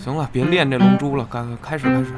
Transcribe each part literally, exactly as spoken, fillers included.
行了，别练这龙珠了，开开始开始。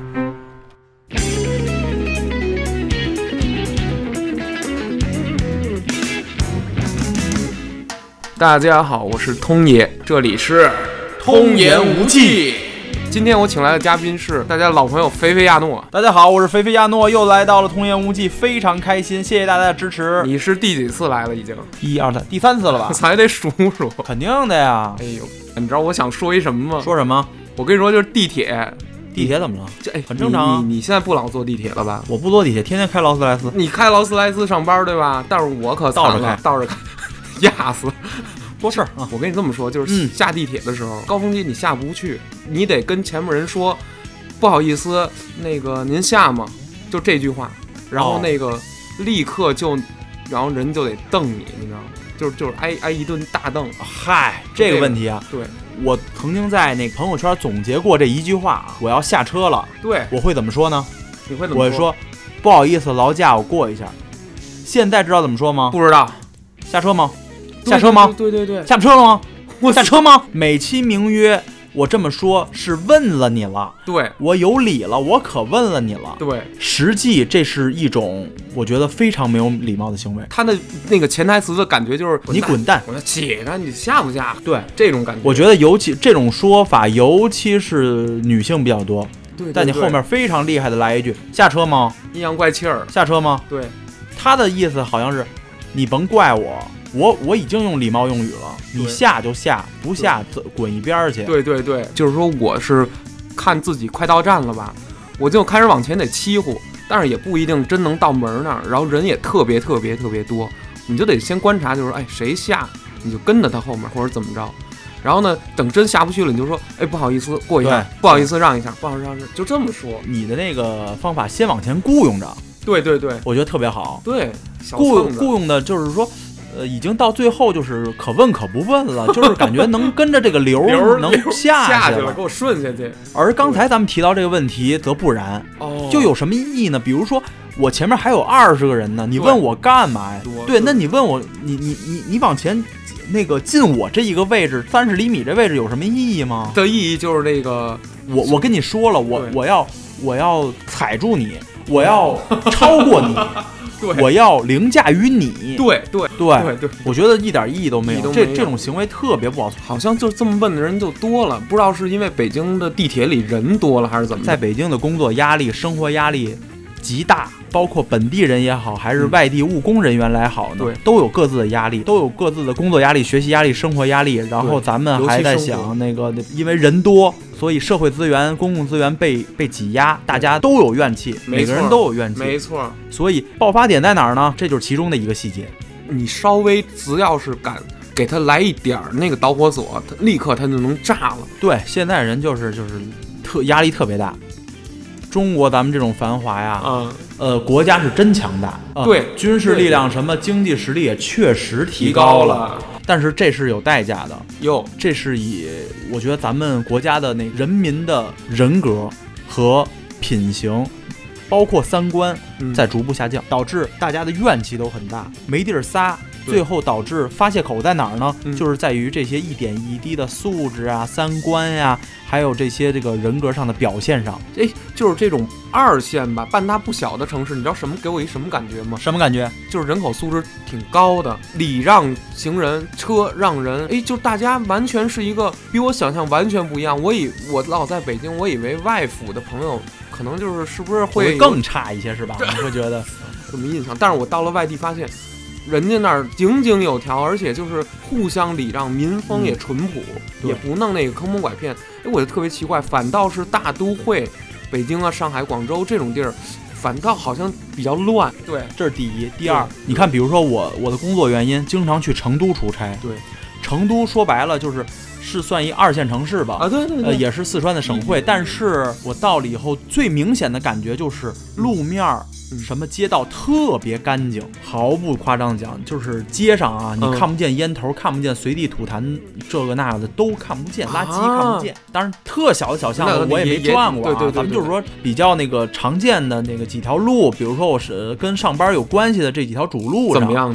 大家好，我是通爷，这里是通言无忌。 今天我请来的嘉宾是大家老朋友菲菲亚诺。 大家好，我是菲菲亚诺，又来到了通言无忌，非常开心，谢谢大家的支持。 你是第几次来了？已经一二三，第三次了吧？ 才得数数。 肯定的呀。 哎呦，你知道我想说一什么吗？ 说什么？ 我跟你说，就是地铁。 地铁怎么了？ 这哎， 很正常、啊你。你现在不老坐地铁了吧？ 我不坐地铁，天天开劳斯莱斯。 你开劳斯莱斯上班对吧？但是我可倒着开， 倒着开，压死。 多事儿啊！ 我跟你这么说，就是下地铁的时候，嗯、高峰期你下不去，你得跟前面人说，不好意思，那个您下吗？就这句话，然后那个、哦、立刻就，然后人就得瞪你，你知道吗？就是就是挨挨一顿大瞪。 嗨，这个问题啊， 对， 我曾经在那个朋友圈总结过这一句话，我要下车了， 对， 我会怎么说呢？ 你会怎么说？ 我会说，不好意思，劳驾，我过一下。现在知道怎么说吗？ 不知道。 下车吗？下车吗？ 对对 对, 对， 下车了吗？我下车吗？美其名曰，我这么说是问了你了， 对， 我有理了，我可问了你了， 对。 实际这是一种我觉得非常没有礼貌的行为。 他的那个潜台词的感觉就是你滚蛋， 我说起来，你下不下？ 对， 这种感觉。 我觉得尤其这种说法，尤其是女性比较多。 对, 对, 对， 但你后面非常厉害的来一句下车吗？ 阴阳怪气儿。 下车吗？ 对， 他的意思好像是你甭怪我。我我已经用礼貌用语了，你下就下，不下滚一边去。 对对对，就是说我是看自己快到站了吧，我就开始往前得欺负，但是也不一定真能到门那儿，然后人也特别特别特别多，你就得先观察，就是哎谁下你就跟着他后面或者怎么着，然后呢等真下不去了你就说哎不好意思过一下，不好意思让一下，不好意思让一下，就这么说。 你的那个方法先往前雇佣着， 对对对， 我觉得特别好。 对， 雇雇佣的就是说。呃，已经到最后就是可问可不问了，就是感觉能跟着这个流能下去了，给我顺下去。 而刚才咱们提到这个问题，则不然， 哦， 就有什么意义呢？比如说我前面还有二十个人呢，你问我干嘛呀？对，那你问我，你你你你往前那个进我这一个位置，三十厘米这位置有什么意义吗？ 的意义就是那个， 我我跟你说了，我我要我要踩住你，我要超过你。我要凌驾于你， 对对对对对， 我觉得一点意义都没有， 没有这这种行为特别不好。 好像就这么问的人就多了，不知道是因为北京的地铁里人多了还是怎么。 在北京的工作压力、生活压力极大，包括本地人也好，还是外地务工人员来好呢， 对、嗯， 都有各自的压力，都有各自的工作压力、学习压力、生活压力。然后咱们还在想那个，因为人多，所以社会资源、公共资源被被挤压，大家都有怨气，每个人都有怨气， 没错。 所以爆发点在哪儿呢？这就是其中的一个细节。 你稍微只要是敢给他来一点那个导火索，他立刻他就能炸了。 对，现在人就是就是特压力特别大。中国咱们这种繁华呀， 嗯， 呃，国家是真强大，呃、 对， 军事力量什么经济实力也确实提高了， 了但是这是有代价的， 有， 这是以我觉得咱们国家的那人民的人格和品行，包括三观在逐步下降，嗯、导致大家的怨气都很大，没地儿撒。最后导致发泄口在哪儿呢、嗯？就是在于这些一点一滴的素质啊、三观呀、啊，还有这些这个人格上的表现上。 哎，就是这种二线吧，半大不小的城市，你知道什么给我一什么感觉吗？ 什么感觉？ 就是人口素质挺高的，礼让行人，车让人。哎，就大家完全是一个比我想象完全不一样。我以我老在北京，我以为外府的朋友可能就是是不是会, 会更差一些，是吧？你会觉得这么印象？但是我到了外地发现。人家那儿井井有条，而且就是互相礼让，民风也淳朴、嗯，也不弄那个坑蒙拐骗。哎，我就特别奇怪，反倒是大都会，北京啊、上海、广州这种地儿，反倒好像比较乱。对， 这是第一。第二，你看，比如说我我的工作原因，经常去成都出差。 对， 成都说白了就是是算一二线城市吧。 啊，对对对， 呃，也是四川的省会。但是我到了以后，最明显的感觉就是路面儿。什么街道特别干净，毫不夸张讲，就是街上啊，你看不见烟头，嗯、看不见随地吐痰，这个那个的都看不见，垃圾看不见。啊、当然，特小的小巷子我也没转过、啊， 对对对对， 咱们就是说比较那个常见的那个几条路，比如说我是跟上班有关系的这几条主路上， 怎么样呢？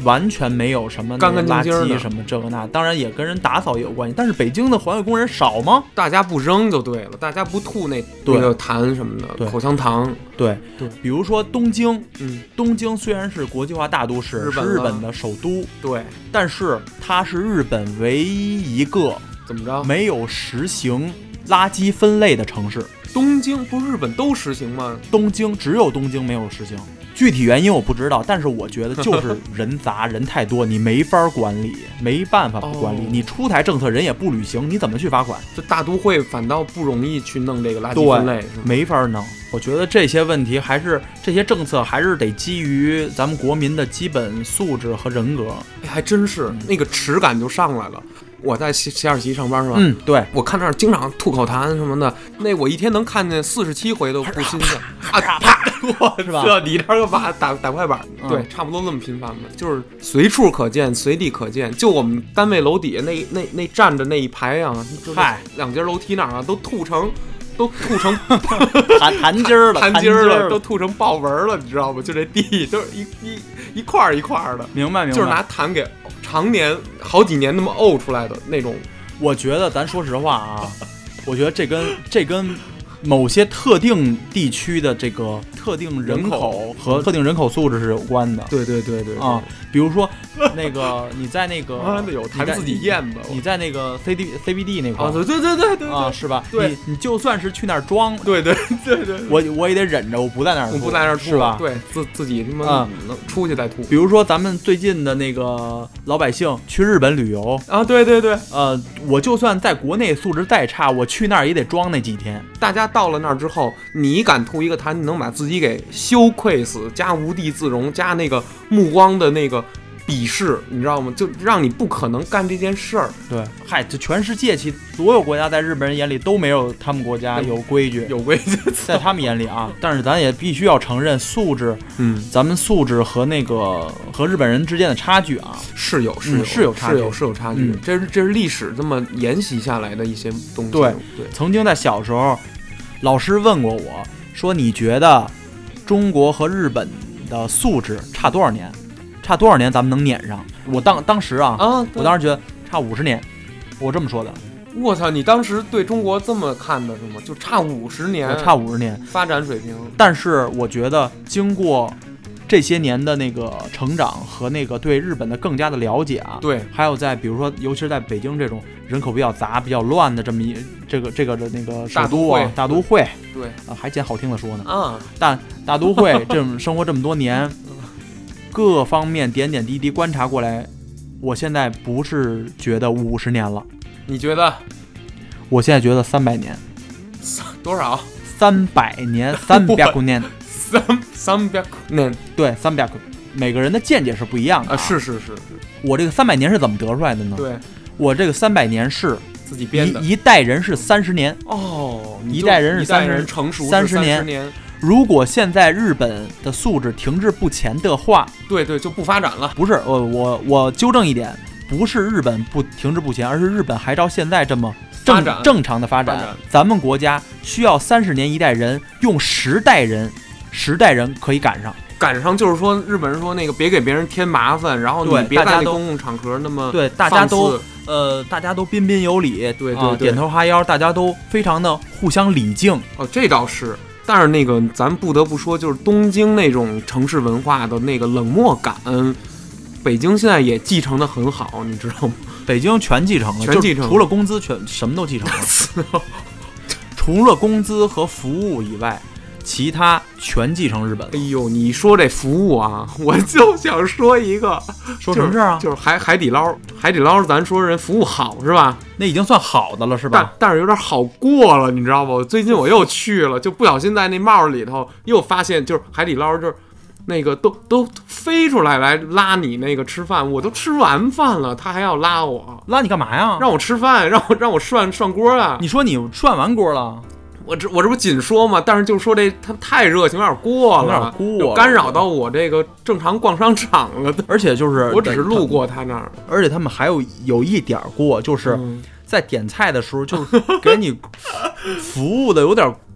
完全没有什么干干净净的垃圾什么这个那，当然也跟人打扫也有关系。但是北京的环卫工人少吗？ 大家不扔就对了，大家不吐那那个痰什么的，口香糖。 对对，比如说东京， 嗯， 东京虽然是国际化大都市， 日本是日本的首都， 对， 但是它是日本唯一一个怎么着没有实行垃圾分类的城市。 东京不是日本都实行吗？ 东京只有东京没有实行，具体原因我不知道，但是我觉得就是人杂人太多，你没法管理，没办法不管理、哦、你出台政策人也不履行，你怎么去罚款？ 这大都会反倒不容易去弄这个垃圾分类， 没法弄。我觉得这些问题还是这些政策还是得基于咱们国民的基本素质和人格。 哎，还真是、嗯、那个耻感就上来了。我在西西二旗上班是吧？ 嗯，对， 我看那儿经常吐口痰什么的，那我一天能看见四十七回都不新鲜，啪啪啪， 是吧？ 这你这个把打打快板、嗯，对，差不多那么频繁的，就是随处可见，随地可见。就我们单位楼底下那那那站着那一排啊， 嗨， 两节楼梯那儿啊，都吐成。都吐成弹弹筋儿了， 弹筋儿了，都吐成豹纹了，你知道吗？就这地都是一一一块儿一块儿的， 明白明白， 就是拿痰给常年好几年那么沤出来的那种。 我觉得咱说实话啊，我觉得这跟这跟某些特定地区的这个特定人口和特定人口素质是有关的。 对对对对啊，比如说那个你在那个啊，有痰自己咽吧， 你在那个 C D C B D 那块啊，对对对对对啊，是吧？ 对， 你你就算是去那儿装， 对对对对， 我我也得忍着，我不在那儿， 我不在那儿吐是吧？ 对，自自己他妈能出去再吐。 比如说咱们最近的那个老百姓去日本旅游啊，对对对， 呃，我就算在国内素质再差，我去那儿也得装那几天。 大家到了那儿之后，你敢吐一个痰，你能把自己给羞愧死，加无地自容，加那个目光的那个鄙视，你知道吗？就让你不可能干这件事儿。 对，嗨，这全世界其所有国家在日本人眼里都没有他们国家有规矩， 有规矩， 在他们眼里啊。但是咱也必须要承认素质， 嗯， 咱们素质和那个和日本人之间的差距啊， 是有是有、 嗯、是有差距， 是有是有差距。嗯、这是这是历史这么沿袭下来的一些东西。 对对， 曾经在小时候，老师问过我说：“你觉得中国和日本的素质差多少年？差多少年咱们能撵上？”我当当时啊， 啊我当时觉得差五十年，我这么说的。 我操，你当时对中国这么看的是吗？就差五十年， 差五十年发展水平。 但是我觉得经过这些年的那个成长和那个对日本的更加的了解啊， 对， 还有在比如说，尤其是在北京这种人口比较杂、比较乱的这么一这个这个的那个首都啊，大都会， 对啊，还捡好听的说呢啊， 但大都会这种生活这么多年，各方面点点滴滴观察过来，我现在不是觉得五十年了， 你觉得？ 我现在觉得三百年， 多少？ 三百年，三百年。 三三百年， 对，三百，每个人的见解是不一样的啊。是是是是， 我这个三百年是怎么得出来的呢？ 对， 我这个三百年是自己编的。 一, 一代人是三十年哦， 一代人是三十成熟三十年。 年。如果现在日本的素质停滞不前的话， 对对，就不发展了。 不是，我我我纠正一点，不是日本不停滞不前，而是日本还照现在这么。正正常的发展， 发展咱们国家需要三十年一代人，用十代人，十代人可以赶上。 赶上就是说，日本人说那个别给别人添麻烦，然后你别在公共场合那么对，大家都呃，大家都彬彬有礼， 对对对、 啊，点头哈腰，大家都非常的互相礼敬。 哦，这倒是。但是那个咱不得不说，就是东京那种城市文化的那个冷漠感，北京现在也继承的很好，你知道吗？ 北京全继承了， 全继承了， 除了工资全什么都继承了。除了工资和服务以外，其他全继承日本了。 哎呦，你说这服务啊，我就想说一个， 说什么事啊？ 就是海海底捞，海底捞咱说人服务好是吧？ 那已经算好的了是吧？ 但但是有点好过了，你知道吗？最近我又去了，就不小心在那帽里头又发现，就是海底捞就是。那个都都飞出来来拉你那个吃饭，我都吃完饭了，他还要拉我， 拉你干嘛呀？ 让我吃饭，让我让我涮涮锅啊！ 你说你涮完锅了， 我这我这不紧说嘛，但是就说这他太热情，有点过了， 有点过了， 干扰到我这个正常逛商场了。 而且就是我只是路过他那儿， 而且他们还有有一点过，就是在点菜的时候，就是给你服务的有点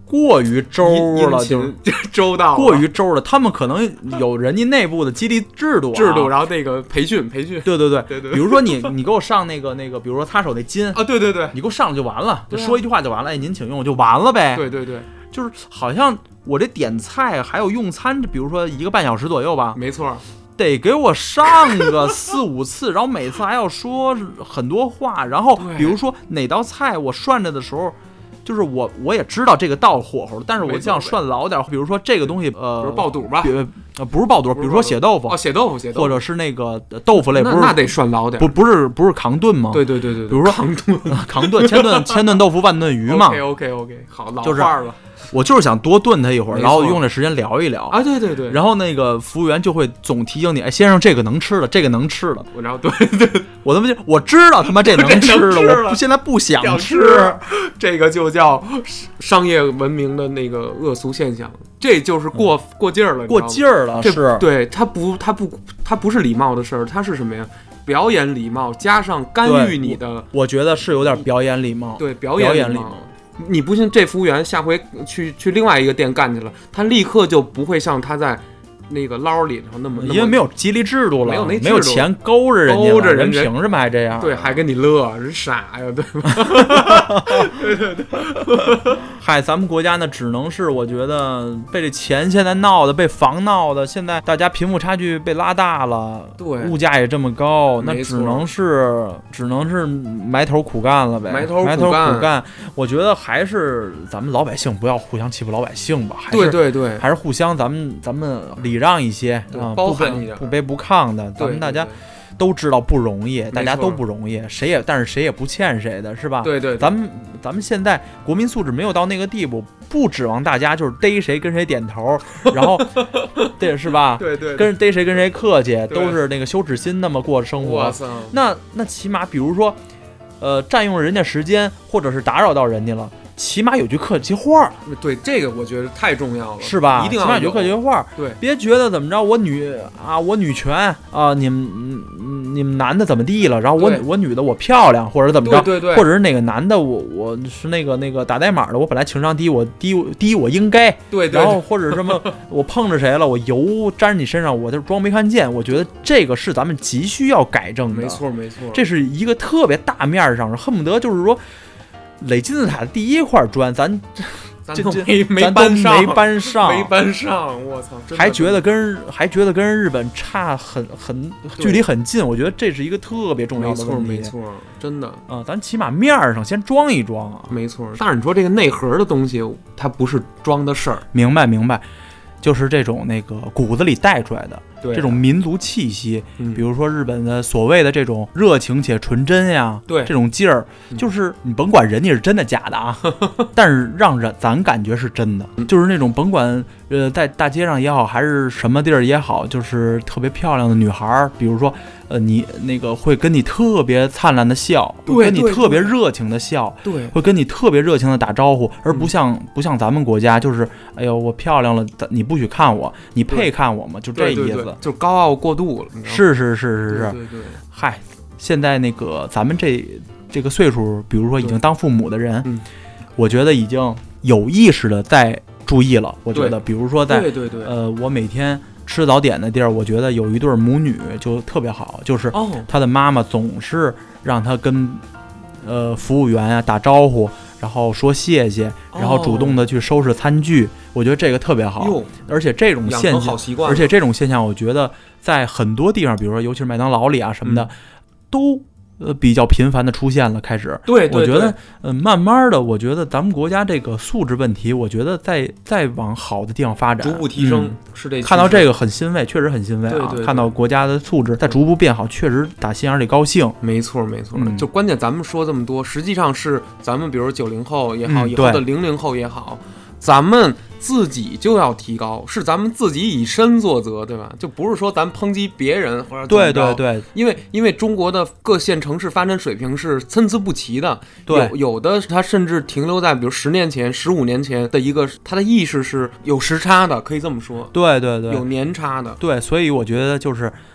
过于周了，就周到了， 过于周了。他们可能有人家内部的激励制度、啊， 制度，然后那个培训培训， 对对对对对。 比如说你你给我上那个那个，比如说擦手那巾啊，对对对， 你给我上了就完了，就说一句话就完了，哎，您请用就完了呗。 对对对， 就是好像我这点菜还有用餐，比如说一个半小时左右吧， 没错。 得给我上个四五次，然后每次还要说很多话，然后比如说哪道菜我涮着的时候，就是我我也知道这个到火候了，但是我想涮老点，比如说这个东西呃， 比如爆肚吧， 呃不是爆肚，比如说血豆腐哦，血豆腐血豆腐， 或者是那个豆腐类，不是那得涮老点， 不不是不是扛炖吗？ 对对对对， 比如说扛炖扛炖千炖千炖豆腐万炖鱼嘛。 OK OK OK， 好，老话了。 我就是想多炖它一会儿，然后用这时间聊一聊啊，对对对， 然后那个服务员就会总提醒你，哎，先生，这个能吃的，这个能吃的。 然后对对， 我他妈就我知道他妈这能吃了，我现在不想吃， 这个就叫商业文明的那个恶俗现象，这就是过、嗯、过劲儿了， 过劲儿了，是对他不他不他不是礼貌的事儿，他是什么呀？表演礼貌加上干预你的， 我, 我觉得是有点表演礼貌， 对表演礼貌。你不信，这服务员下回去去另外一个店干去了，他立刻就不会像他在那个捞里头那么， 因为没有激励制度了， 没有那没有钱勾着人家， 勾着人凭什么还这样？ 对，还跟你乐，人傻呀，对吧？对对对。 嗨，咱们国家呢，只能是我觉得被这钱现在闹的，被房闹的，现在大家贫富差距被拉大了， 对， 物价也这么高，那只能是只能是埋头苦干了呗， 埋头埋头苦干。我觉得还是咱们老百姓不要互相欺负老百姓吧，还是对对对， 还是互相咱们咱们礼让一些啊， 包含一点， 不卑不亢的，咱们大家都知道不容易，大家都不容易，谁也但是谁也不欠谁的，是吧？ 对 对, 对， 咱们咱们现在国民素质没有到那个地步，不指望大家就是逮谁跟谁点头，然后对是吧？ 对 对, 对， 跟逮谁跟谁客气，都是那个羞耻心那么过生活。那那起码比如说，呃，占用人家时间，或者是打扰到人家了。起码有句客气话， 对这个我觉得太重要了， 是吧？ 一定要起码有句客气话， 对， 别觉得怎么着我女啊，我女权啊，你们你们男的怎么地了？然后我我女的我漂亮，或者怎么着？ 对 对, 对， 或者是哪个男的我我是那个那个打代码的，我本来情商低，我低低我应该， 对 对, 对， 然后或者什么我碰着谁了，我油沾你身上，我就装没看见。我觉得这个是咱们急需要改正的， 没错没错， 这是一个特别大面上，恨不得就是说。垒金字塔的第一块砖，咱咱都没没搬上， 没搬上， 没搬上，我操！ 还觉得跟还觉得跟日本差很很距离很近，我觉得这是一个特别重要的问题。 没错，没错，真的啊、呃，咱起码面上先装一装啊。 没错，但是你说这个内核的东西，它不是装的事儿。 明白，明白。就是这种那个骨子里带出来的这种民族气息、 嗯， 比如说日本的所谓的这种热情且纯真呀， 对这种劲儿，就是你甭管人家是真的假的啊，但是让人咱感觉是真的，就是那种甭管呃在大街上也好，还是什么地儿也好，就是特别漂亮的女孩，比如说呃你那个会跟你特别灿烂的笑， 对， 跟你特别热情的笑， 对， 会跟你特别热情的打招呼，而不像、嗯、不像咱们国家就是哎呦我漂亮了，你不许看我，你配看我吗？就这意思， 对对对，就高傲过度了。 是是是是是， 对对对。 嗨，现在那个咱们这这个岁数，比如说已经当父母的人， 嗯， 我觉得已经有意识的在注意了。我觉得，比如说在对对对， 呃，我每天吃早点的地儿，我觉得有一对母女就特别好，就是他的妈妈总是让他跟呃服务员啊打招呼。然后说谢谢，然后主动的去收拾餐具，哦、我觉得这个特别好。而且这种现象，而且这种现象，我觉得在很多地方，比如说尤其是麦当劳里啊什么的，嗯、都呃比较频繁的出现了。开始， 对，对我觉得呃慢慢的，我觉得咱们国家这个素质问题，我觉得在再往好的地方发展， 逐步提升， 嗯、 是这。 看到这个很欣慰，确实很欣慰啊！ 对对对， 看到国家的素质在逐步变好，确实打心眼里高兴。 没错没错， 嗯、 就关键咱们说这么多，实际上是咱们比如九零后也好， 嗯、 以后的零零后也好，咱们自己就要提高，是咱们自己以身作则，对吧？就不是说咱抨击别人或者对对对， 因为因为中国的各县城市发展水平是参差不齐的， 对， 有有的它甚至停留在比如十年前、十五年前的一个，它的意识是有时差的，可以这么说。 对对对， 有年差的。 对，所以我觉得就是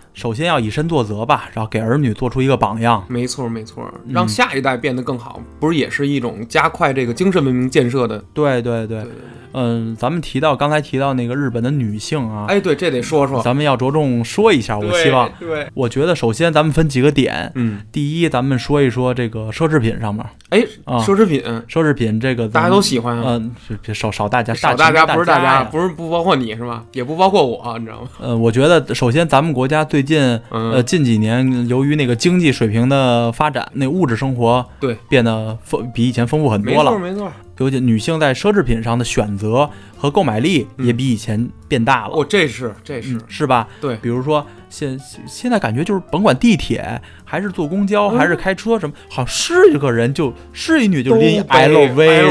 首先要以身作则吧，然后给儿女做出一个榜样。 没错没错，让下一代变得更好，嗯、不是也是一种加快这个精神文明建设的？ 对对对，嗯、呃，咱们提到刚才提到那个日本的女性啊， 哎，对，这得说说， 咱们要着重说一下。我希望， 对， 我觉得首先咱们分几个点， 嗯， 第一，咱们说一说这个奢侈品上面， 哎，啊、奢侈品， 奢侈品这个大家都喜欢、啊， 嗯、呃，少少大家， 少大家，不是大家， 不是不包括你是吧？也不包括我，你知道吗？ 呃，我觉得首先咱们国家最近，嗯、呃，近几年由于那个经济水平的发展，那物质生活对变得丰比以前丰富很多了， 没错没错。 尤其女性在奢侈品上的选择和购买力也比以前变大了。 哦，这是这是、 嗯、是吧？ 对， 比如说现现在感觉就是甭管地铁还是坐公交、嗯、还是开车什么，好是一个人就是一女就拎 L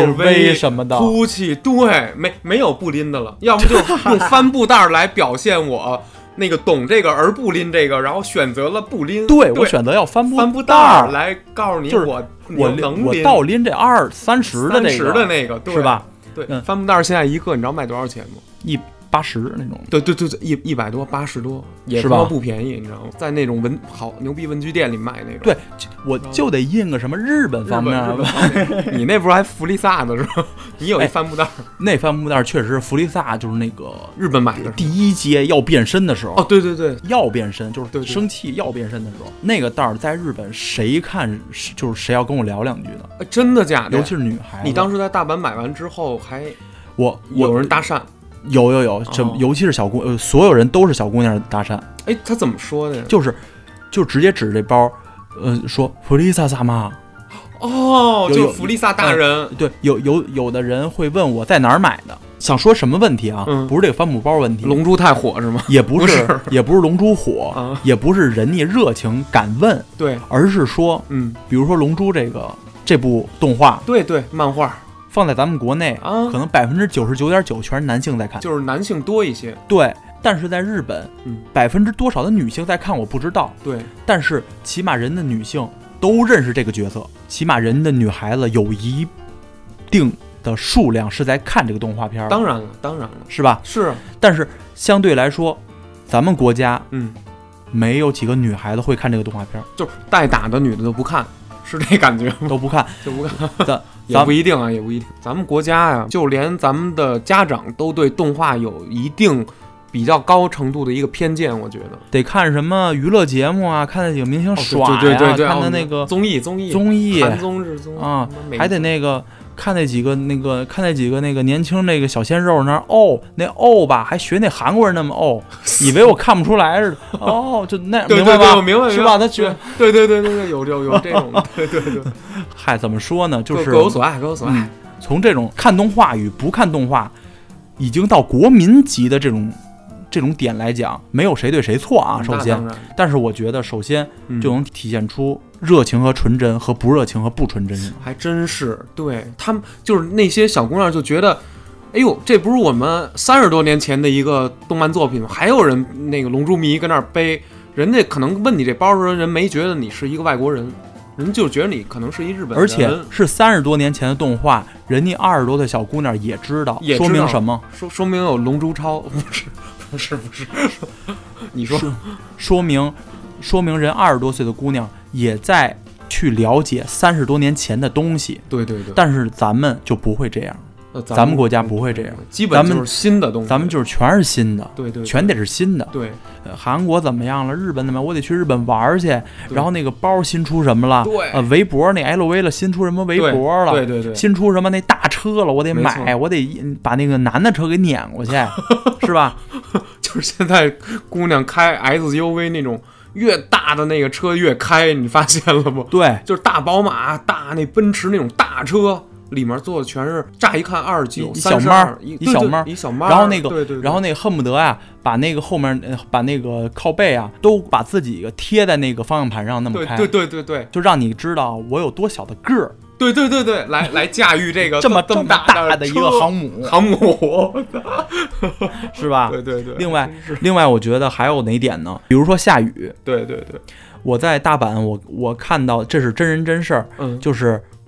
V 什么的 ，GUCCI，对，没没有不拎的了，要么就用帆布袋来表现我。那个懂这个而不拎这个，然后选择了不拎。 对，我选择要帆布帆布袋来告诉你， 就是我我能我倒拎这二三十的那个，三十的那个， 是吧？ 对，嗯、帆布袋现在一个你知道卖多少钱吗？ 一八十那种。 对对对对，一一百多，八十多，也他妈不便宜，你知道吗？在那种文好牛逼文具店里卖那种。 对，我就得印个什么日本方面的。 你那不是还弗利萨的是吧？你有一帆布袋、哎， 那帆布袋确实是弗利萨，就是那个日本买的。 第一阶要变身的时候。 哦，对对对， 要变身就是生气要变身的时候，那个袋在日本谁看就是谁要跟我聊两句的。 哎、真的假的？ 尤其是女孩子。 你当时在大阪买完之后还我有人搭讪。 有有有，这、哦、尤其是小姑，呃，所有人都是小姑娘搭讪。 哎，他怎么说的呀？ 就是，就直接指这包，呃，说弗利萨萨妈。 哦，就弗利萨大人。 呃、对，有有有的人会问我在哪儿买的，想说什么问题啊？ 嗯、 不是这个帆布包问题。 龙珠太火是吗？ 也不是， 不是也不是龙珠火、 啊， 也不是人家热情敢问， 对， 而是说， 嗯， 比如说龙珠这个这部动画， 对对，漫画。 放在咱们国内啊， 可能百分之九十九点九全是男性在看， 就是男性多一些。 对，但是在日本， 嗯， 百分之多少的女性在看我不知道。 对， 但是起码人的女性都认识这个角色，起码人的女孩子有一定的数量是在看这个动画片。 当然了，当然了， 是吧？ 是。 但是相对来说，咱们国家， 嗯， 没有几个女孩子会看这个动画片， 就是带打的女的都不看。是这感觉吗？ 都不看， 就不看，咱也不一定啊，也不一定。咱们国家呀、啊，就连咱们的家长都对动画有一定比较高程度的一个偏见，我觉得得看什么娱乐节目啊，看那几个明星耍呀、啊， 哦、对对对对看的那个综艺综艺综艺韩综日综啊，还得那个。看那几个那个看那几个那个年轻那个小鲜肉那哦那哦吧，还学那韩国人那么哦，以为我看不出来似的哦，就那对对对明白吧？ 明白是吧？他学对对对对对，有有有这种对对对。 嗨，怎么说呢？就是各有所爱，各有所爱。 嗯、从这种看动画与不看动画，已经到国民级的这种这种点来讲，没有谁对谁错啊。首先，但是我觉得首先就能体现出。热情和纯真和不热情和不纯真， 还真是对他们就是那些小姑娘就觉得，哎呦，这不是我们三十多年前的一个动漫作品吗？还有人那个龙珠迷跟那儿背，人家可能问你这包的时候，人没觉得你是一个外国人，人就觉得你可能是一日本人， 而且是三十多年前的动画，人家二十多的小姑娘也知道， 也知道说明什么？ 说说明有龙珠超，不是不是不是，你说说明说明人二十多岁的姑娘。也在去了解三十多年前的东西， 对对对， 但是咱们就不会这样， 呃、咱, 咱们国家不会这样， 基本就是新的东西， 咱们就是全是新的， 对 对, 对， 全得是新的。 对， 呃，韩国怎么样了？日本怎么样？我得去日本玩去。然后那个包新出什么了？ 对， 呃，围脖那 L V 了，新出什么围脖了？ 对对 对, 对， 新出什么那大车了？我得买，我得把那个男的车给撵过去，是吧？ 就是现在姑娘开 S U V 那种。越大的那个车越开，你发现了不？ 对， 就是大宝马、大那奔驰那种大车，里面坐的全是，乍一看二十九、 三十二， 一小猫， 一小猫。 然后那个， 对 对, 对， 然后那个恨不得啊，把那个后面，把那个靠背啊，都把自己贴在那个方向盘上那么开。 对对对对对， 就让你知道我有多小的个儿。 对对对对，来来驾驭这个这么这么大的一个航母， 航母是吧？ 对对对。 另外，另外，我觉得还有哪点呢？比如说下雨。 对对对。 我在大阪，我我看到这是真人真事儿， 嗯， 就是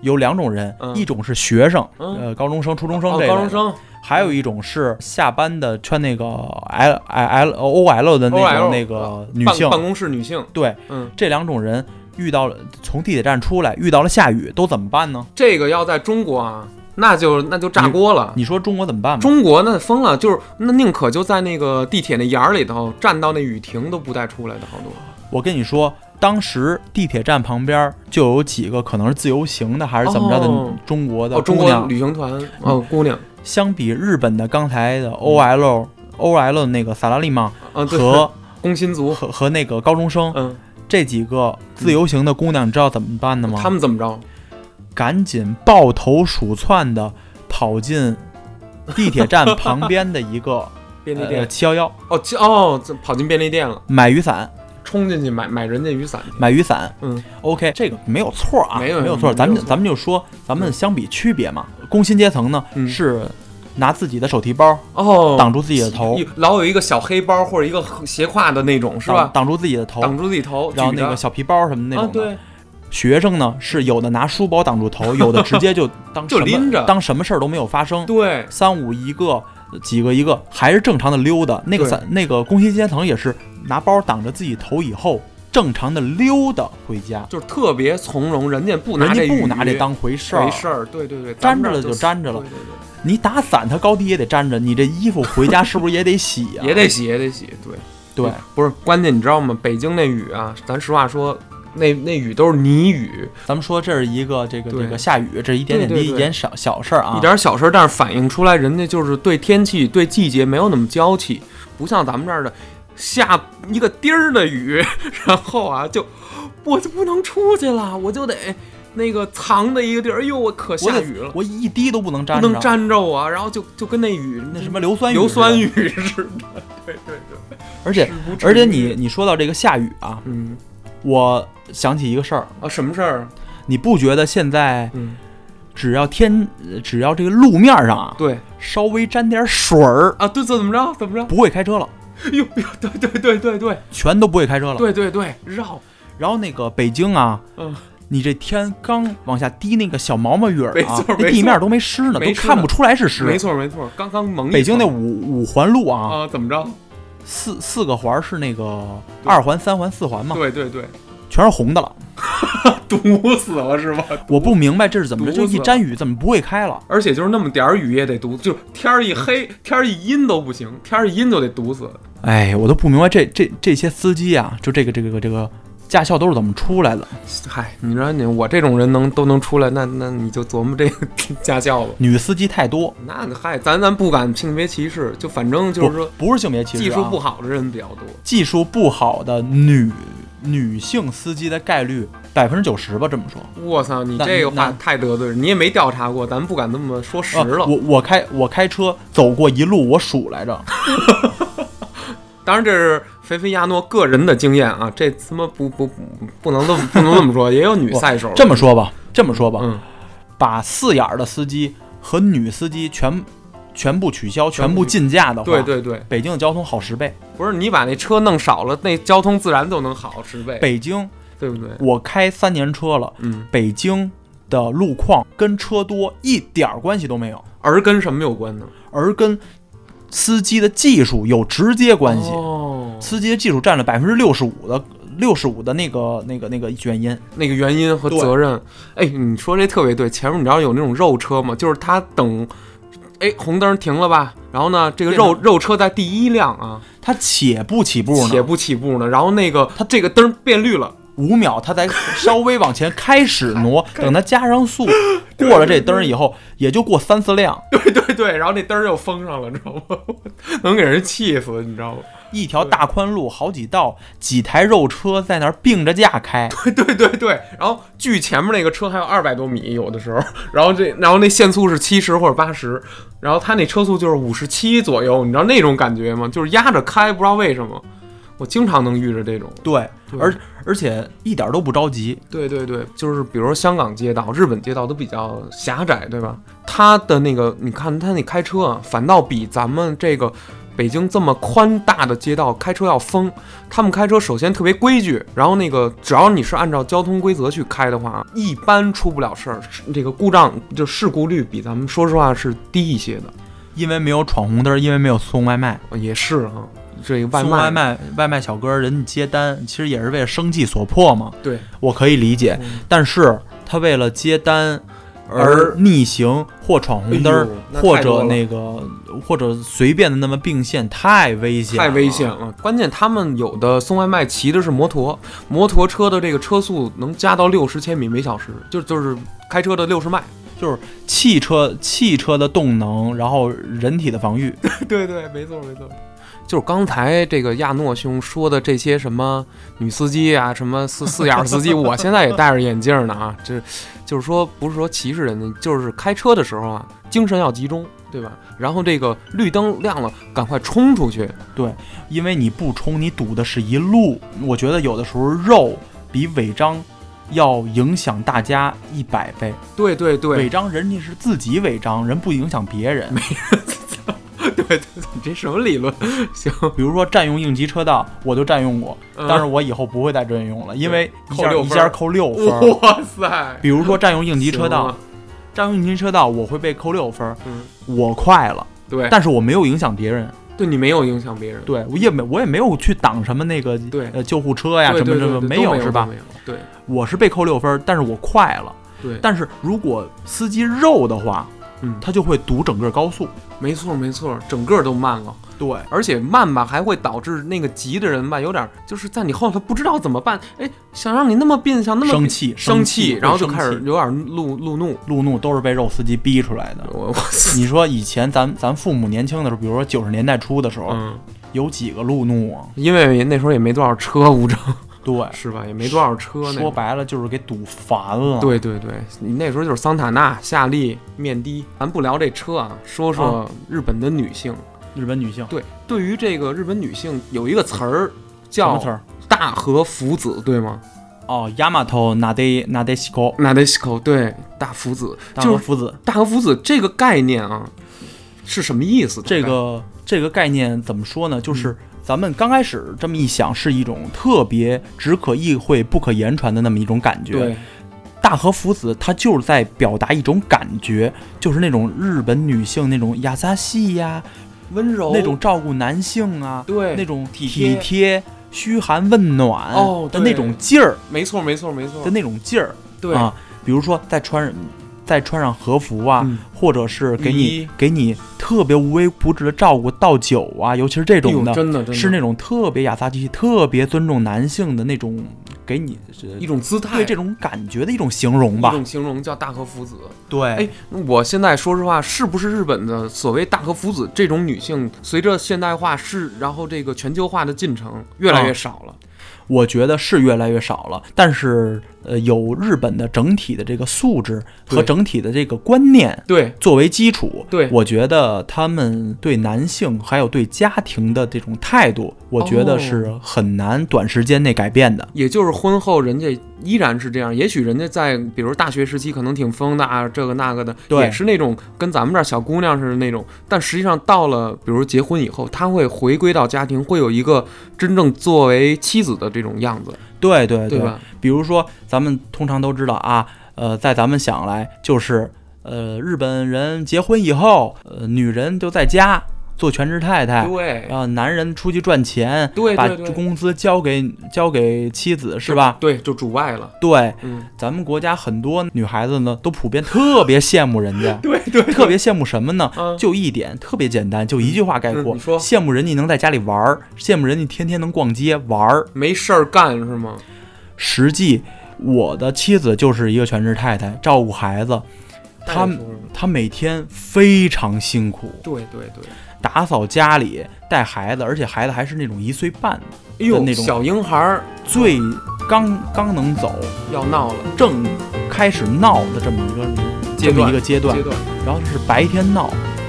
有两种人， 嗯、 一种是学生， 嗯、 呃，高中生、初中生这类、哦、高中生， 还有一种是下班的穿那个 L L O L 的那种那个女性， 办公室女性。 对， 嗯， 这两种人遇到了从地铁站出来，遇到了下雨，都怎么办呢？ 这个要在中国啊。那就那就炸锅了你！你说中国怎么办吗？ 中国那疯了，就是那宁可就在那个地铁那沿儿里头站到那雨停都不带出来的好多。 我跟你说，当时地铁站旁边就有几个可能是自由行的还是怎么着的、 哦、 中国的哦，中国旅行团哦，姑娘。 相比日本的刚才的 O L、嗯、O L 那个萨拉利曼和工薪族和和那个高中生， 嗯， 这几个自由行的姑娘，你知道怎么办的吗？ 他们怎么着？ 赶紧抱头鼠窜的跑进地铁站旁边的一个便利店， 七一一哦哦，跑进便利店了， 买雨伞， 冲进去买买人家雨伞， 买雨伞。 嗯 ，OK， 这个没有错啊， 没有没有错。咱们咱们就说，咱们相比区别嘛，工薪阶层呢、嗯、是拿自己的手提包哦挡住自己的头， 老有一个小黑包或者一个斜挎的那种是吧？ 挡住自己的头， 挡住自己头， 然后那个小皮包什么那种的。 啊、对。 学生呢是有的拿书包挡住头，有的直接就当就拎着， 当什么事儿都没有发生。 对， 三五一个，几个一个，还是正常的溜达。那个三那个工薪阶层也是拿包挡着自己头以后，正常的溜达回家， 就是特别从容，人家不拿这人家不拿这当回事儿， 回事儿。对对对， 沾着了就沾着了。 对对对， 你打伞，它高低也得沾着，你这衣服回家是不是也得洗呀、啊？ 也得洗，也得洗。对对， 不是关键，你知道吗？北京那雨啊，咱实话说。那那雨都是泥雨， 咱们说这是一个这个这个下雨，这是一点点滴一点小小事儿啊， 一点小事儿，但是反映出来人家就是对天气对季节没有那么娇气，不像咱们这儿的下一个滴儿的雨，然后啊就我就不能出去了，我就得那个藏的一个地儿，哎呦我可下雨了， 我, 我一滴都不能沾着， 不能沾着我，然后就就跟那雨那什么硫酸雨硫酸雨似的，对对对， 而且而且你你说到这个下雨啊， 嗯。 我想起一个事儿啊，什么事儿？ 你不觉得现在， 嗯， 只要天，只要这个路面上啊， 对， 稍微沾点水儿啊，对，怎么着？怎么着？ 不会开车了。 哟哟，对对对对对， 全都不会开车了。 对对对，绕。 然后那个北京啊， 嗯， 你这天刚往下滴那个小毛毛雨啊， 没错， 那地面都没湿呢，都看不出来是湿。 没错没错，刚刚蒙。 北京那五五环路啊， 啊，怎么着？ 四四个环是那个二环、三环、四环嘛？ 对对对。 全是红的了， 堵死了是吧？ 我不明白这是怎么着，就一沾雨怎么不会开了？ 而且就是那么点儿雨也得堵，就天儿一黑，天儿一阴都不行，天儿一阴就得堵死。 哎，我都不明白这这这些司机啊，就这个这个这个驾校都是怎么出来的？ 嗨，你说你我这种人能都能出来，那那你就琢磨这个驾校吧。 女司机太多， 那嗨，咱咱不敢性别歧视，就反正就是说不, 不是性别歧视、啊， 技术不好的人比较多， 技术不好的女。女性司机的概率百分之九十吧，这么说。 我操，你这个话太得罪人，你也没调查过，咱不敢那么说实了。 啊、我我开我开车走过一路，我数来着。 当然这是菲菲亚诺个人的经验啊，这他妈不不不能这么不能这么说，也有女赛手。 这么说吧，这么说吧， 嗯， 把四眼的司机和女司机全。全部取消，全部禁驾的话， 对对对， 北京的交通好十倍。 不是你把那车弄少了，那交通自然都能好十倍。 北京， 对不对？ 我开三年车了， 嗯， 北京的路况跟车多一点关系都没有， 而跟什么有关呢？ 而跟司机的技术有直接关系。 哦， 司机的技术占了百分之六十五的六十五的那个那个那个原因， 那个原因和责任。哎，你说这特别对。前面你知道有那种肉车吗？就是他等。哎，红灯停了吧？然后呢，这个肉肉车在第一辆啊， 它且不起步呢， 且不起步呢。然后那个它这个灯变绿了， 五秒，它才稍微往前开始挪。等它加上速，过了这灯以后，也就过三四辆。 对对对，然后那灯又封上了，知道吗？能给人气死，你知道吗？ 一条大宽路，好几道，几台肉车在那儿并着架开。 对对对对，然后距前面那个车还有二百多米，有的时候，然后这然后那限速是七十或者八十，然后他那车速就是五十七左右，你知道那种感觉吗？就是压着开，不知道为什么，我经常能遇着这种。 对，对而而且一点都不着急。 对对对，就是比如说香港街道、日本街道都比较狭窄，对吧？他的那个，你看他那开车啊，反倒比咱们这个。 北京这么宽大的街道开车要疯，他们开车首先特别规矩，然后那个只要你是按照交通规则去开的话，一般出不了事儿，这个故障就事故率比咱们说实话是低一些的， 因为没有闯红灯，因为没有送外卖， 也是啊。这个外卖送外卖外卖小哥人家接单，其实也是为了生计所迫嘛。 对， 我可以理解，嗯、但是他为了接单而逆行或闯红灯，哎、或者那个或者随便的那么并线，太危险了， 太危险了。关键他们有的送外卖骑的是摩托，摩托车的这个车速能加到六十千米每小时，就就是开车的六十迈。 就是汽车汽车的动能，然后人体的防御。 对对，没错没错。就是刚才这个亚诺兄说的这些什么女司机啊，什么四四眼司机，我现在也戴着眼镜呢啊。这就是说不是说歧视人家，就是开车的时候啊，精神要集中，对吧？然后这个绿灯亮了，赶快冲出去。 对，因为你不冲，你堵的是一路。我觉得有的时候肉比违章要影响大家一百倍。 对对对， 违章人家是自己违章，人不影响别人。 没人对对对，你这什么理论？行， 比如说占用应急车道，我就占用过，嗯、但是我以后不会再占用了，因为一下一下扣六分。 哇塞！ 比如说占用应急车道，占用应急车道我会被扣六分，嗯、我快了， 对， 但是我没有影响别人。 对，你没有影响别人， 对我也没我也没有去挡什么那个对呃救护车呀，什么什么没有是吧？ 没有，对， 我是被扣六分，但是我快了。 对， 但是如果司机肉的话，嗯，他就会堵整个高速。 没错没错，整个都慢了。 对， 而且慢吧还会导致那个急的人吧有点就是在你后头他不知道怎么办，哎，想让你那么变，想那么生气生气，然后就开始有点路路怒路怒，都是被肉司机逼出来的。 我你说以前咱咱父母年轻的时候，比如说九十年代初的时候，嗯，有几个路怒啊？ 因为那时候也没多少车，无证。 对， 是吧？也没多少车， 说白了就是给堵烦了。 对对对，你那时候就是桑塔纳、夏利、面的。咱不聊这车啊，说说日本的女性。啊、 日本女性， 对，对于这个日本女性有一个词儿叫大和福子，对吗？ 哦，亚麻头纳德纳德西口， 纳德西口，对，大福子， 大和福子， 大和福子这个概念啊，是什么意思？ 这个这个概念怎么说呢？就是。嗯咱们刚开始这么一想，是一种特别只可意会不可言传的那么一种感觉。 对， 大和福子它就是在表达一种感觉，就是那种日本女性那种亚萨西呀、 温柔， 那种照顾男性啊， 对， 那种体贴、体贴嘘寒问暖的那种劲儿。 没错，没错，没错， 的那种劲儿。 对啊，比如说在穿。再穿上和服啊、嗯，或者是给你给你特别无微不至的照顾倒酒啊，尤其是这种的， 哎、真的真的是那种特别亚萨基、特别尊重男性的那种，给你一种姿态， 对这种感觉的一种形容吧。 一种形容叫大和福子。 对， 哎，我现在说实话，是不是日本的所谓大和福子这种女性，随着现代化是，然后这个全球化的进程越来越少了？ 嗯我觉得是越来越少了，但是呃，有日本的整体的这个素质和整体的这个观念对作为基础， 对， 我觉得他们对男性还有对家庭的这种态度，我觉得是很难短时间内改变的。 哦、也就是婚后人家依然是这样，也许人家在比如大学时期可能挺疯的啊，这个那个的， 对， 也是那种跟咱们这儿小姑娘似的那种，但实际上到了比如结婚以后，他会回归到家庭，会有一个真正作为妻子的这种样子。 对对对, 对吧？ 比如说咱们通常都知道啊，呃，在咱们想来就是呃，日本人结婚以后，呃，女人就在家做全职太太， 对， 然后男人出去赚钱， 对， 把工资交给交给妻子，是吧？ 对，就主外了。 对， 嗯， 咱们国家很多女孩子呢，都普遍特别羡慕人家， 对, 对对， 特别羡慕什么呢？ 嗯、 就一点，特别简单，就一句话概括： 嗯、你说， 羡慕人家能在家里玩，羡慕人家天天能逛街玩， 没事儿干是吗？ 实际，我的妻子就是一个全职太太，照顾孩子，她她每天非常辛苦， 对对对。 打扫家里，带孩子，而且孩子还是那种一岁半的， 哎呦， 那种小婴孩， 最刚刚能走， 要闹了， 正开始闹的这么一个阶段， 这么一个阶段， 阶段。 然后是白天闹，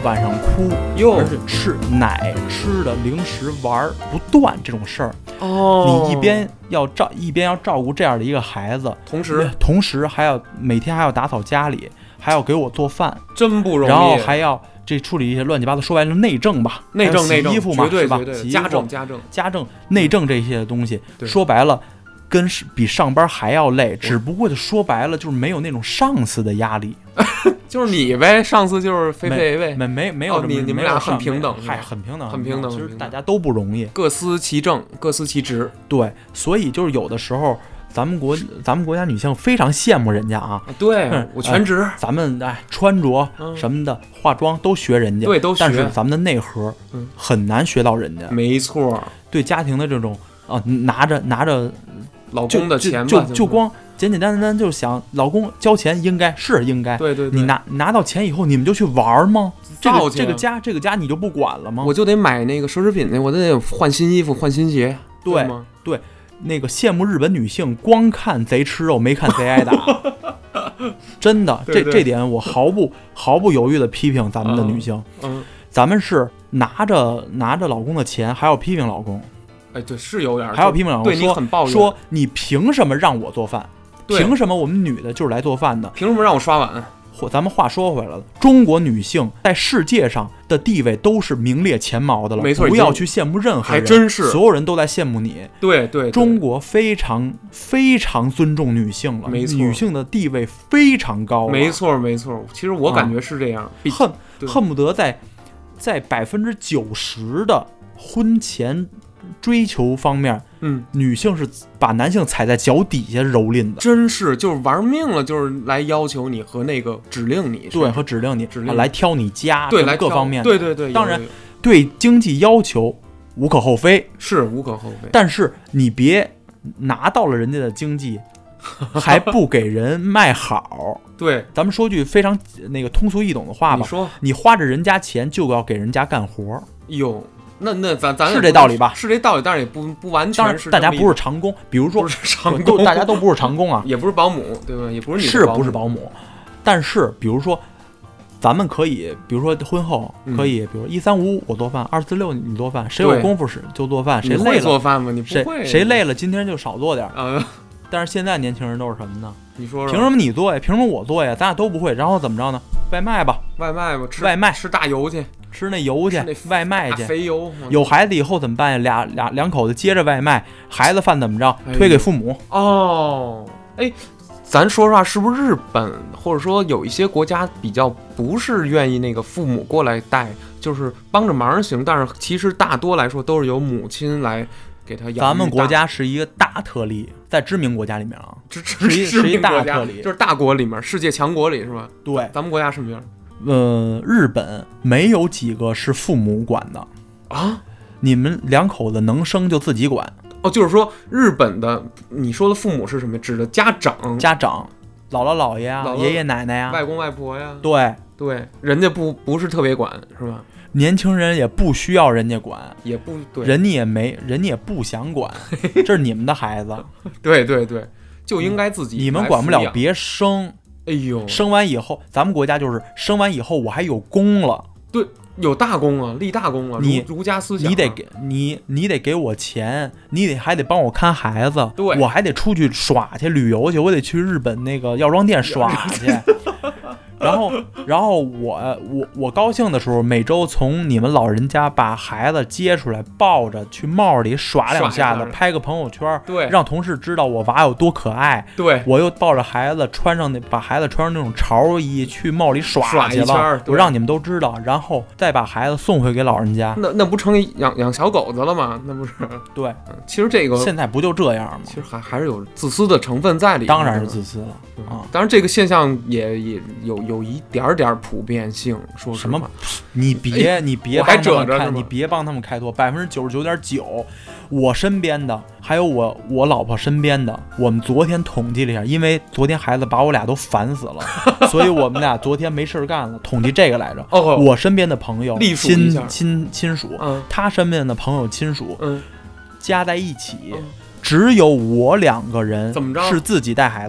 晚上哭， 哟， 而且吃奶、吃的零食、玩不断这种事儿。 哦， 你一边要照一边要照顾这样的一个孩子， 同时同时还要每天还要打扫家里，还要给我做饭， 真不容易。 然后还要这处理一些乱七八糟，说白了内政吧， 内政内政衣服嘛， 绝对是吧？ 绝对洗衣服家政家政家政内政这些东西， 对说白了。跟比上班还要累，只不过就说白了就是没有那种上司的压力， 就是你呗，上司就是飞飞呗， 没没没有、 哦、你你们俩很平等， 嗨，很平等， 很平等， 其实大家都不容易， 各司其政，各司其职。 对，所以就是有的时候咱们国咱们国家女性非常羡慕人家啊， 对、嗯、我全职、 呃，咱们哎穿着什么的、嗯、化妆都学人家， 对，都学， 但是咱们的内核很难学到人家， 没错， 对家庭的这种啊，拿着拿着。 老公的钱吧， 就 就, 就, 就光简简单单就想老公交钱应该是应该， 对对对， 你拿拿到钱以后你们就去玩吗？这个这个家这个家你就不管了吗？ 我就得买那个奢侈品的，我得换新衣服换新鞋， 对对吗？ 对，那个羡慕日本女性光看贼吃肉没看贼挨打，真的对对这这点我毫不毫不犹豫的批评咱们的女性， 嗯，嗯咱们是拿着拿着老公的钱还要批评老公。 哎，对，是有点， 还要批评老公， 对你很抱怨， 说你凭什么让我做饭？凭什么我们女的就是来做饭的？ 凭什么让我刷碗？ 或咱们话说回来了，中国女性在世界上的地位都是名列前茅的了， 没错， 不要去羡慕任何人， 还真是， 所有人都在羡慕你。 对 对, 对， 中国非常非常尊重女性了， 没错， 女性的地位非常高了， 没错没错。其实我感觉是这样， 嗯、恨恨不得在在百分之九十的婚前追求方面， 嗯， 女性是把男性踩在脚底下蹂躏的， 真是就是玩命了，就是来要求你和那个指令你， 对，和指令你， 指令你来挑你家， 对，来各方面， 对对对。 当然，对经济要求无可厚非， 是无可厚非， 但是你别拿到了人家的经济，还不给人卖好。 对， 咱们说句非常那个通俗易懂的话吧， 你说， 你花着人家钱就要给人家干活， 哟。那那咱咱是这道理吧？ 是这道理，但是也不不完全是。 大家不是长工，比如说长工， 大家都不是长工啊， 也不是保姆，对吧？也不是你是不是保姆？但是比如说，咱们可以，比如说婚后可以， 嗯、 比如一三五五我做饭，二四六你做饭，谁有功夫是就做饭，谁累了做饭吗？你不会谁谁累了，今天就少做点啊。 呃、 但是现在年轻人都是什么呢？ 你说说， 凭什么你做呀？凭什么我做呀？咱俩都不会，然后怎么着呢？外卖吧， 外卖吧，吃外卖， 吃大油去。 吃那油去，外卖去， 肥油。 有孩子以后怎么办呀？俩俩两口子接着外卖，孩子饭怎么着？推给父母。 哦，哎，咱说实话，是不是日本或者说有一些国家比较不是愿意那个父母过来带，就是帮着忙行，但是其实大多来说都是由母亲来给他养育大。 咱们国家是一个大特例，在知名国家里面啊， 是一是一大特例， 就是大国里面，世界强国里是吧？ 对， 咱们国家什么样？ 呃，日本没有几个是父母管的啊， 你们两口子能生就自己管。 哦，就是说日本的，你说的父母是什么？指的家长， 家长，姥姥姥爷啊， 姥姥爷爷奶奶呀、啊， 外公外婆呀。 对对，人家不不是特别管，是吧？ 年轻人也不需要人家管， 也不对， 人家也没，人家也不想管，这是你们的孩子。 对对对，就应该自己、嗯。 你们管不了，别生。 哎呦， 生完以后，咱们国家就是生完以后，我还有功了。 对，有大功啊，立大功啊。 你儒家思想、啊， 你得给你，你得给我钱，你得还得帮我看孩子， 对， 我还得出去耍去旅游去，我得去日本那个药妆店耍去。然后，然后我我我高兴的时候，每周从你们老人家把孩子接出来，抱着去帽里耍两下子，拍个朋友圈， 对， 让同事知道我娃有多可爱。 对， 我又抱着孩子穿上那，把孩子穿上那种潮衣去帽里耍去了， 耍我让你们都知道，然后再把孩子送回给老人家。 那那不成养养小狗子了吗？那不是？ 对、 嗯，其实这个现在不就这样吗？ 其实还还是有自私的成分在里面。 当然是自私了啊、 嗯！当然这个现象也也有有一点点普遍性。说什么？你别、哎、你别帮他们开，你别帮他们开脱。百分之九十九点九，我身边的还有我我老婆身边的，我们昨天统计了一下，因为昨天孩子把我俩都烦死了，所以我们俩昨天没事干了，统计这个来着。 哦， 我身边的朋友亲亲亲属、 嗯， 他身边的朋友亲属， 嗯， 加在一起。 嗯， 只有我两个人怎么着是自己带孩子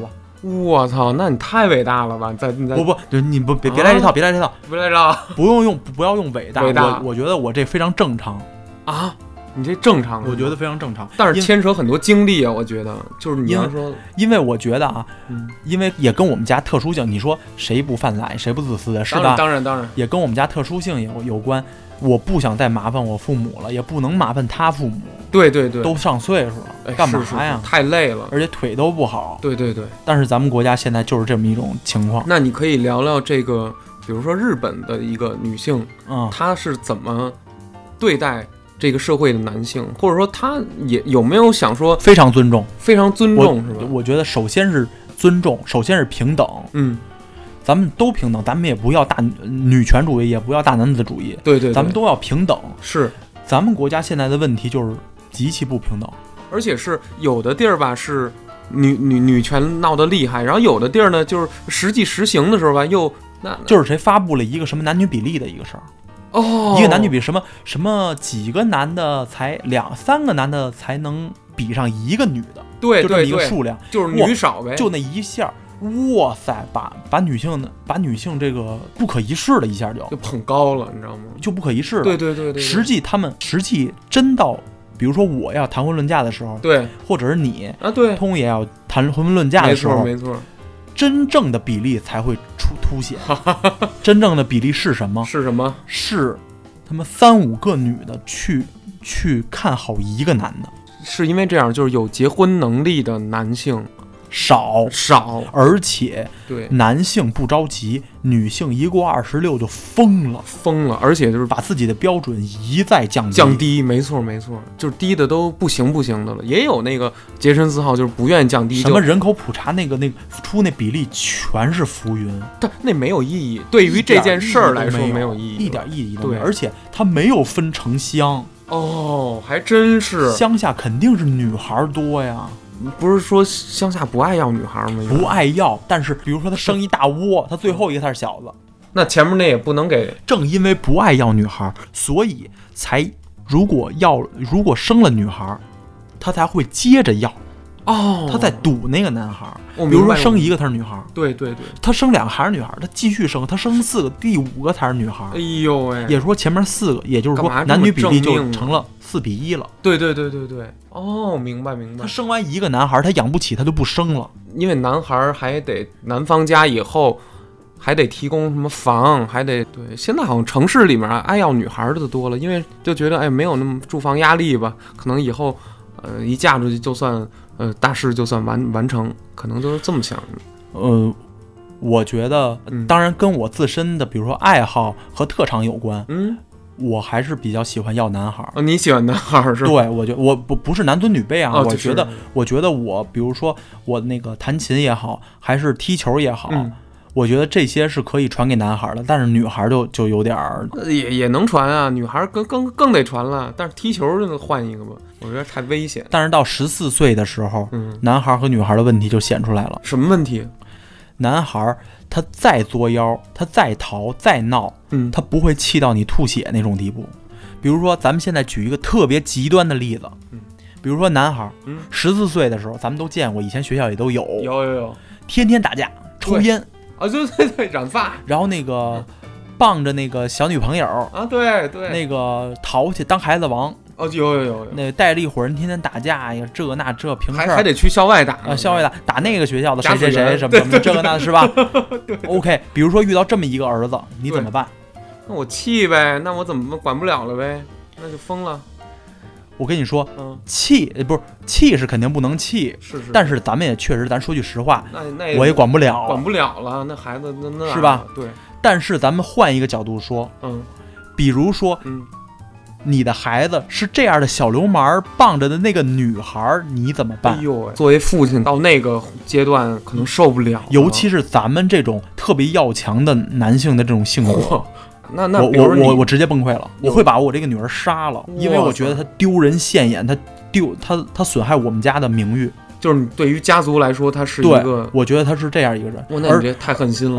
我操，那你太伟大了吧！在你在不不，你不别别来这套，别来这套， 别来这套， 不用用不要用伟大， 伟大我我觉得我这非常正常啊。你这正常， 我觉得非常正常， 但是牵扯很多精力啊。我觉得就是你要说， 因为我觉得啊， 嗯， 因为也跟我们家特殊性，你说谁不犯懒，谁不自私的，是吧？ 当然当然， 也跟我们家特殊性有有关。我不想再麻烦我父母了，也不能麻烦他父母。 对对对， 都上岁数了， 哎、 干嘛呀？ 是是是太累了， 而且腿都不好。 对对对。 但是咱们国家现在就是这么一种情况。 那你可以聊聊这个，比如说日本的一个女性， 嗯， 她是怎么对待这个社会的男性，或者说她也有没有想说非常尊重， 非常尊重，是吧？ 我觉得首先是尊重，首先是平等。 嗯。 咱们都平等，咱们也不要大女权主义，也不要大男子主义。 对 对, 对， 咱们都要平等。 是， 咱们国家现在的问题就是极其不平等， 而且是有的地儿吧是女女女权闹得厉害，然后有的地儿呢就是实际实行的时候吧又那就是谁发布了一个什么男女比例的一个事儿。 哦， 一个男女比什么什么几个男的才两三个男的才能比上一个女的， 对对对， 就这么一个数量， 就是女少呗， 就那一下。哇塞，把把女性的把女性这个不可一世的一下就就捧高了，你知道吗？ 就不可一世了。 对对对 对, 对。 实际他们实际真到，比如说我要谈婚论嫁的时候， 对， 或者是你啊，对， 通也要谈婚论嫁的时候， 没错没错， 真正的比例才会出凸显。真正的比例是什么？ 是什么？ 是他们三五个女的去去看好一个男的， 是因为这样，就是有结婚能力的男性。 少少， 而且对男性不着急，女性一过二十六就疯了， 疯了，而且就是把自己的标准一再降低， 降低，没错没错，就是低的都不行不行的了。也有那个洁身自好，就是不愿意降低， 什么人口普查那个那个出那比例全是浮云， 但那没有意义，对于这件事儿来说没有意义， 一点意义都没有， 对， 而且它没有分城乡。 哦，还真是， 乡下肯定是女孩多呀。 不是说乡下不爱要女孩吗？ 不爱要，但是比如说他生一大窝，他最后一个他是小子， 那前面那也不能给。 正因为不爱要女孩，所以才如果要如果生了女孩，他才会接着要。 哦， 他在赌那个男孩， 比如说生一个他是女孩， 对对对， 他生两个还是女孩，他继续生，他生四个，第五个才是女孩。 哎呦喂， 也说前面四个，也就是说男女比例就成了四比一了。 对对对对对，哦，明白明白。 他生完一个男孩，他养不起，他就不生了， 因为男孩还得男方家以后还得提供什么房，还得对。现在好像城市里面爱要女孩的多了，因为就觉得哎没有那么住房压力吧，可能以后呃一嫁出去就算。呃，大事就算完完成，可能都是这么想的。 呃，我觉得， 嗯、 当然跟我自身的，比如说爱好和特长有关。 嗯， 我还是比较喜欢要男孩。 哦，你喜欢男孩是吧？ 对，我觉得我不不是男尊女卑啊， 哦、 我觉得，我觉得我，比如说我那个弹琴也好，还是踢球也好。 嗯， 我觉得这些是可以传给男孩的，但是女孩就就有点儿也也能传啊，女孩更更更得传了。但是踢球就换一个吧，我觉得太危险。 但是到十四岁的时候， 嗯， 男孩和女孩的问题就显出来了。 什么问题？ 男孩他再作妖，他再逃再闹， 嗯， 他不会气到你吐血那种地步。比如说，咱们现在举一个特别极端的例子， 嗯， 比如说男孩， 嗯， 十四岁的时候，咱们都见过，以前学校也都有， 有有有， 天天打架，抽烟。 啊，对对对，染发， 然后那个傍着那个小女朋友啊，对对， 那个淘气当孩子王， 哦，有有有有， 那带了一伙人天天打架呀，这那这平事还还得去校外打啊，校外打打那个学校的谁谁谁什么什么这个那的是吧？OK， 比如说遇到这么一个儿子，你怎么办？ 那我气呗，那我怎么管不了了呗？那就疯了。 我跟你说， 嗯， 气不是气是肯定不能气， 是是， 但是咱们也确实，咱说句实话， 那那我也管不了， 管不了了，那孩子那那是吧？ 对。 但是咱们换一个角度说， 嗯， 比如说， 嗯， 你的孩子是这样的小流氓傍着的那个女孩，你怎么办？ 哎呦，作为父亲到那个阶段可能受不了， 尤其是咱们这种特别要强的男性的这种性格。 那那我我我我直接崩溃了，我会把我这个女儿杀了，因为我觉得她丢人现眼，她丢她她损害我们家的名誉。 就是对于家族来说，她是一个， 我觉得她是这样一个人。 哇，那你这太狠心了。 而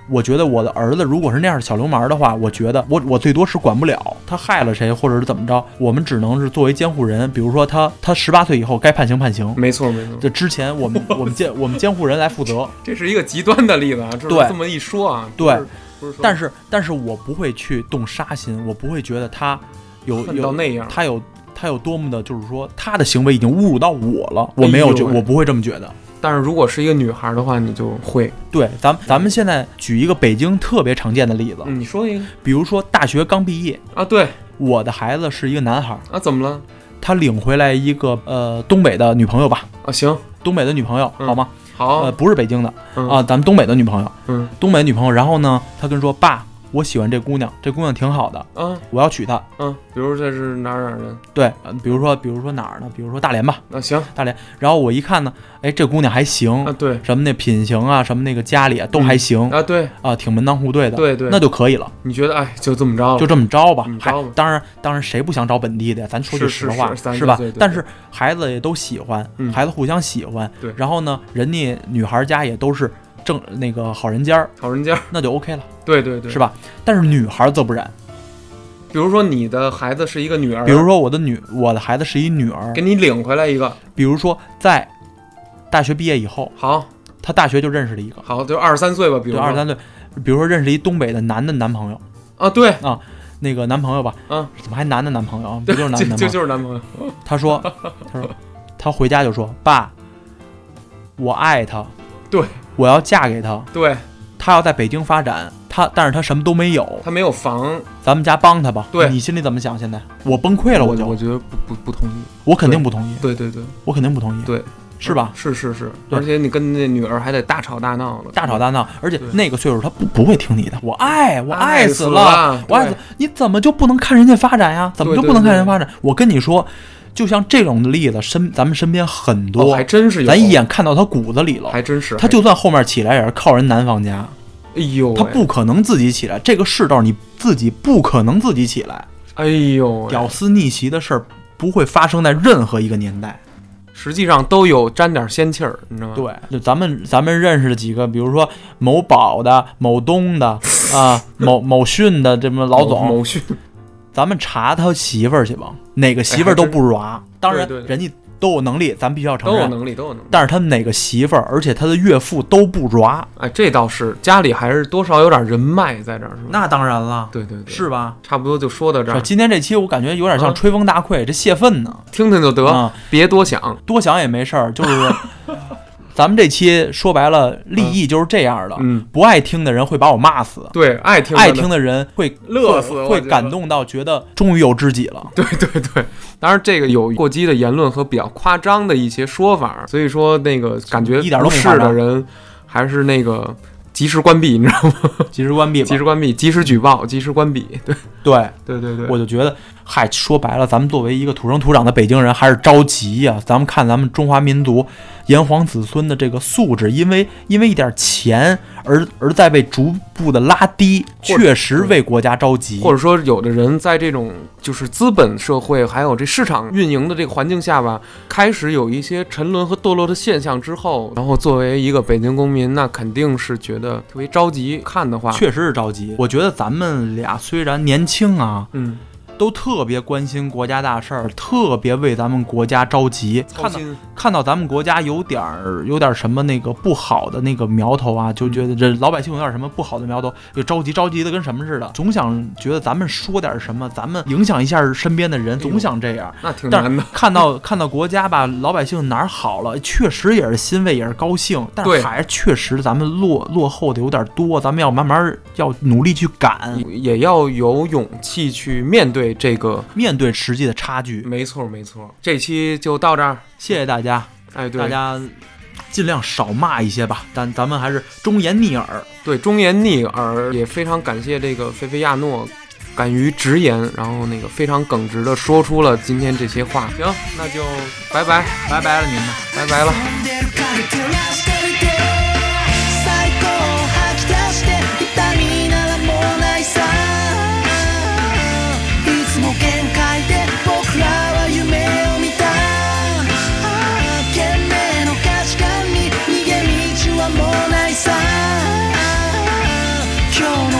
我觉得我的儿子如果是那样的小流氓的话，我觉得我我最多是管不了他害了谁或者是怎么着，我们只能是作为监护人，比如说他他十八岁以后该判刑判刑， 没错没错。 这之前我们我们监我们监护人来负责。 这是一个极端的例子啊，这是这么一说啊， 对， 不是说但是但是我不会去动杀心，我不会觉得他有恨到那样， 他有他有多么的，就是说他的行为已经侮辱到我了，我没有觉、哎、我不会这么觉得。 但是如果是一个女孩的话，你就会。 对，咱咱们现在举一个北京特别常见的例子， 嗯、你说一个， 比如说大学刚毕业啊，对， 我的孩子是一个男孩啊，怎么了？ 他领回来一个呃东北的女朋友吧？ 啊，行， 东北的女朋友、嗯、好吗？ 好， 呃，不是北京的、 嗯、 啊，咱们东北的女朋友， 嗯， 东北的女朋友，然后呢，他跟说爸。我喜欢这姑娘，这姑娘挺好的， 嗯， 我要娶她， 嗯，比如这是哪儿哪儿人？ 对，嗯，比如说，比如说哪儿呢？比如说大连吧， 啊，行， 大连。然后我一看呢，哎，这姑娘还行， 啊，对， 什么那品行啊，什么那个家里啊都还行， 嗯、啊，对， 啊，挺门当户对的， 对对， 那就可以了。 你觉得，哎，就这么着， 就这么着吧， 还当然，当然，谁不想找本地的呀？咱说句实话， 是, 是, 是, 是吧？ 对对对对， 但是孩子也都喜欢， 嗯、 孩子互相喜欢， 对。 然后呢，人家女孩家也都是。正那个好人家好人家那就 OK 了， 对对对， 是吧？但是女孩则不然。 比如说你的孩子是一个女儿， 比如说我的女我的孩子是一女儿， 给你领回来一个。 比如说在大学毕业以后， 好， 他大学就认识了一个， 好，就二十三岁吧，比如说二十三岁，比如说认识一东北的男的男朋友啊，对啊，那个男朋友吧， 嗯， 怎么还男的男朋友啊？不就是男的男朋友？ 就就是男朋友。 他说，他说，他回家就说，爸，我爱他。 对。 我要嫁给他， 对， 他要在北京发展，他但是他什么都没有， 他没有房， 咱们家帮他吧。 对， 你心里怎么想？现在我崩溃了，我就我觉得不不不同意， 我肯定不同意。 对对对， 我肯定不同意。 对， 是吧？ 是是是，而且你跟那女儿还得大吵大闹了， 大吵大闹，而且那个岁数他不不会听你的。我爱我爱死了，我爱死，你怎么就不能看人家发展呀？怎么就不能看人家发展？我跟你说。就像这种的例子，身咱们身边很多， 哦、还真是有， 咱一眼看到他骨子里了， 还真是。 他就算后面起来也是靠人男方家， 哎呦， 他不可能自己起来，这个世道你自己不可能自己起来。 哎呦， 屌丝逆袭的事儿不会发生在任何一个年代， 实际上都有沾点仙气儿，你知道吗？ 对，就咱们咱们认识的几个，比如说某宝的、某东的啊、某某讯的这么老总， 某讯。 咱们查他媳妇儿去吧，哪个媳妇儿都不软、哎。当然， 对对对人家都有能力，咱必须要承认， 都有能力，都有能力。 但是他哪个媳妇儿，而且他的岳父都不软。 哎，这倒是，家里还是多少有点人脉在这儿，是吧？ 那当然了， 对对对， 是吧？ 差不多就说到这儿。 今天这期我感觉有点像吹风大会，啊、这泄愤呢， 听听就得，嗯、别多想， 多想也没事儿，就是。咱们这期说白了，立意就是这样的。 嗯， 不爱听的人会把我骂死， 对，爱听爱听的人会乐死， 会感动到觉得终于有知己了。 对对对，当然这个有过激的言论和比较夸张的一些说法，所以说那个感觉不是的人，还是那个及时关闭，你知道吗？ 及时关闭， 及时关闭，及时举报，及时关闭。对对对对对， 我就觉得，嗨，说白了，咱们作为一个土生土长的北京人，还是着急呀、啊。咱们看咱们中华民族炎黄子孙的这个素质，因为因为一点钱而而在被逐步的拉低，确实为国家着急。 或者说，有的人在这种就是资本社会还有这市场运营的这个环境下吧，开始有一些沉沦和堕落的现象之后，然后作为一个北京公民，那肯定是觉得特别着急。看的话， 确实是着急。我觉得咱们俩虽然年轻啊， 嗯。 都特别关心国家大事儿，特别为咱们国家着急。看到看到咱们国家有点儿有点什么那个不好的那个苗头啊，就觉得这老百姓有点什么不好的苗头，就着急着急的跟什么似的，总想觉得咱们说点什么，咱们影响一下身边的人，总想这样。 那挺难的。 看到看到国家吧，老百姓哪儿好了，确实也是欣慰，也是高兴，但是还是确实咱们落落后的有点多，咱们要慢慢要努力去赶， 也要有勇气去面对。这个面对实际的差距， 没错没错。这期就到这儿， 谢谢大家。 哎，对， 大家尽量少骂一些吧，但咱们还是忠言逆耳。 对，忠言逆耳，也非常感谢这个菲菲亚诺敢于直言，然后那个非常耿直的说出了今天这些话。行，那就拜拜， 拜拜了您们， 拜拜了。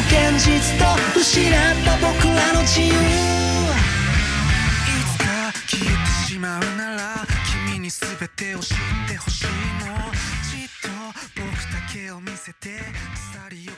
現実と失った僕らの自由いつか消えてしまうなら君に全てを知ってほしいのじっと僕だけを見せて鎖を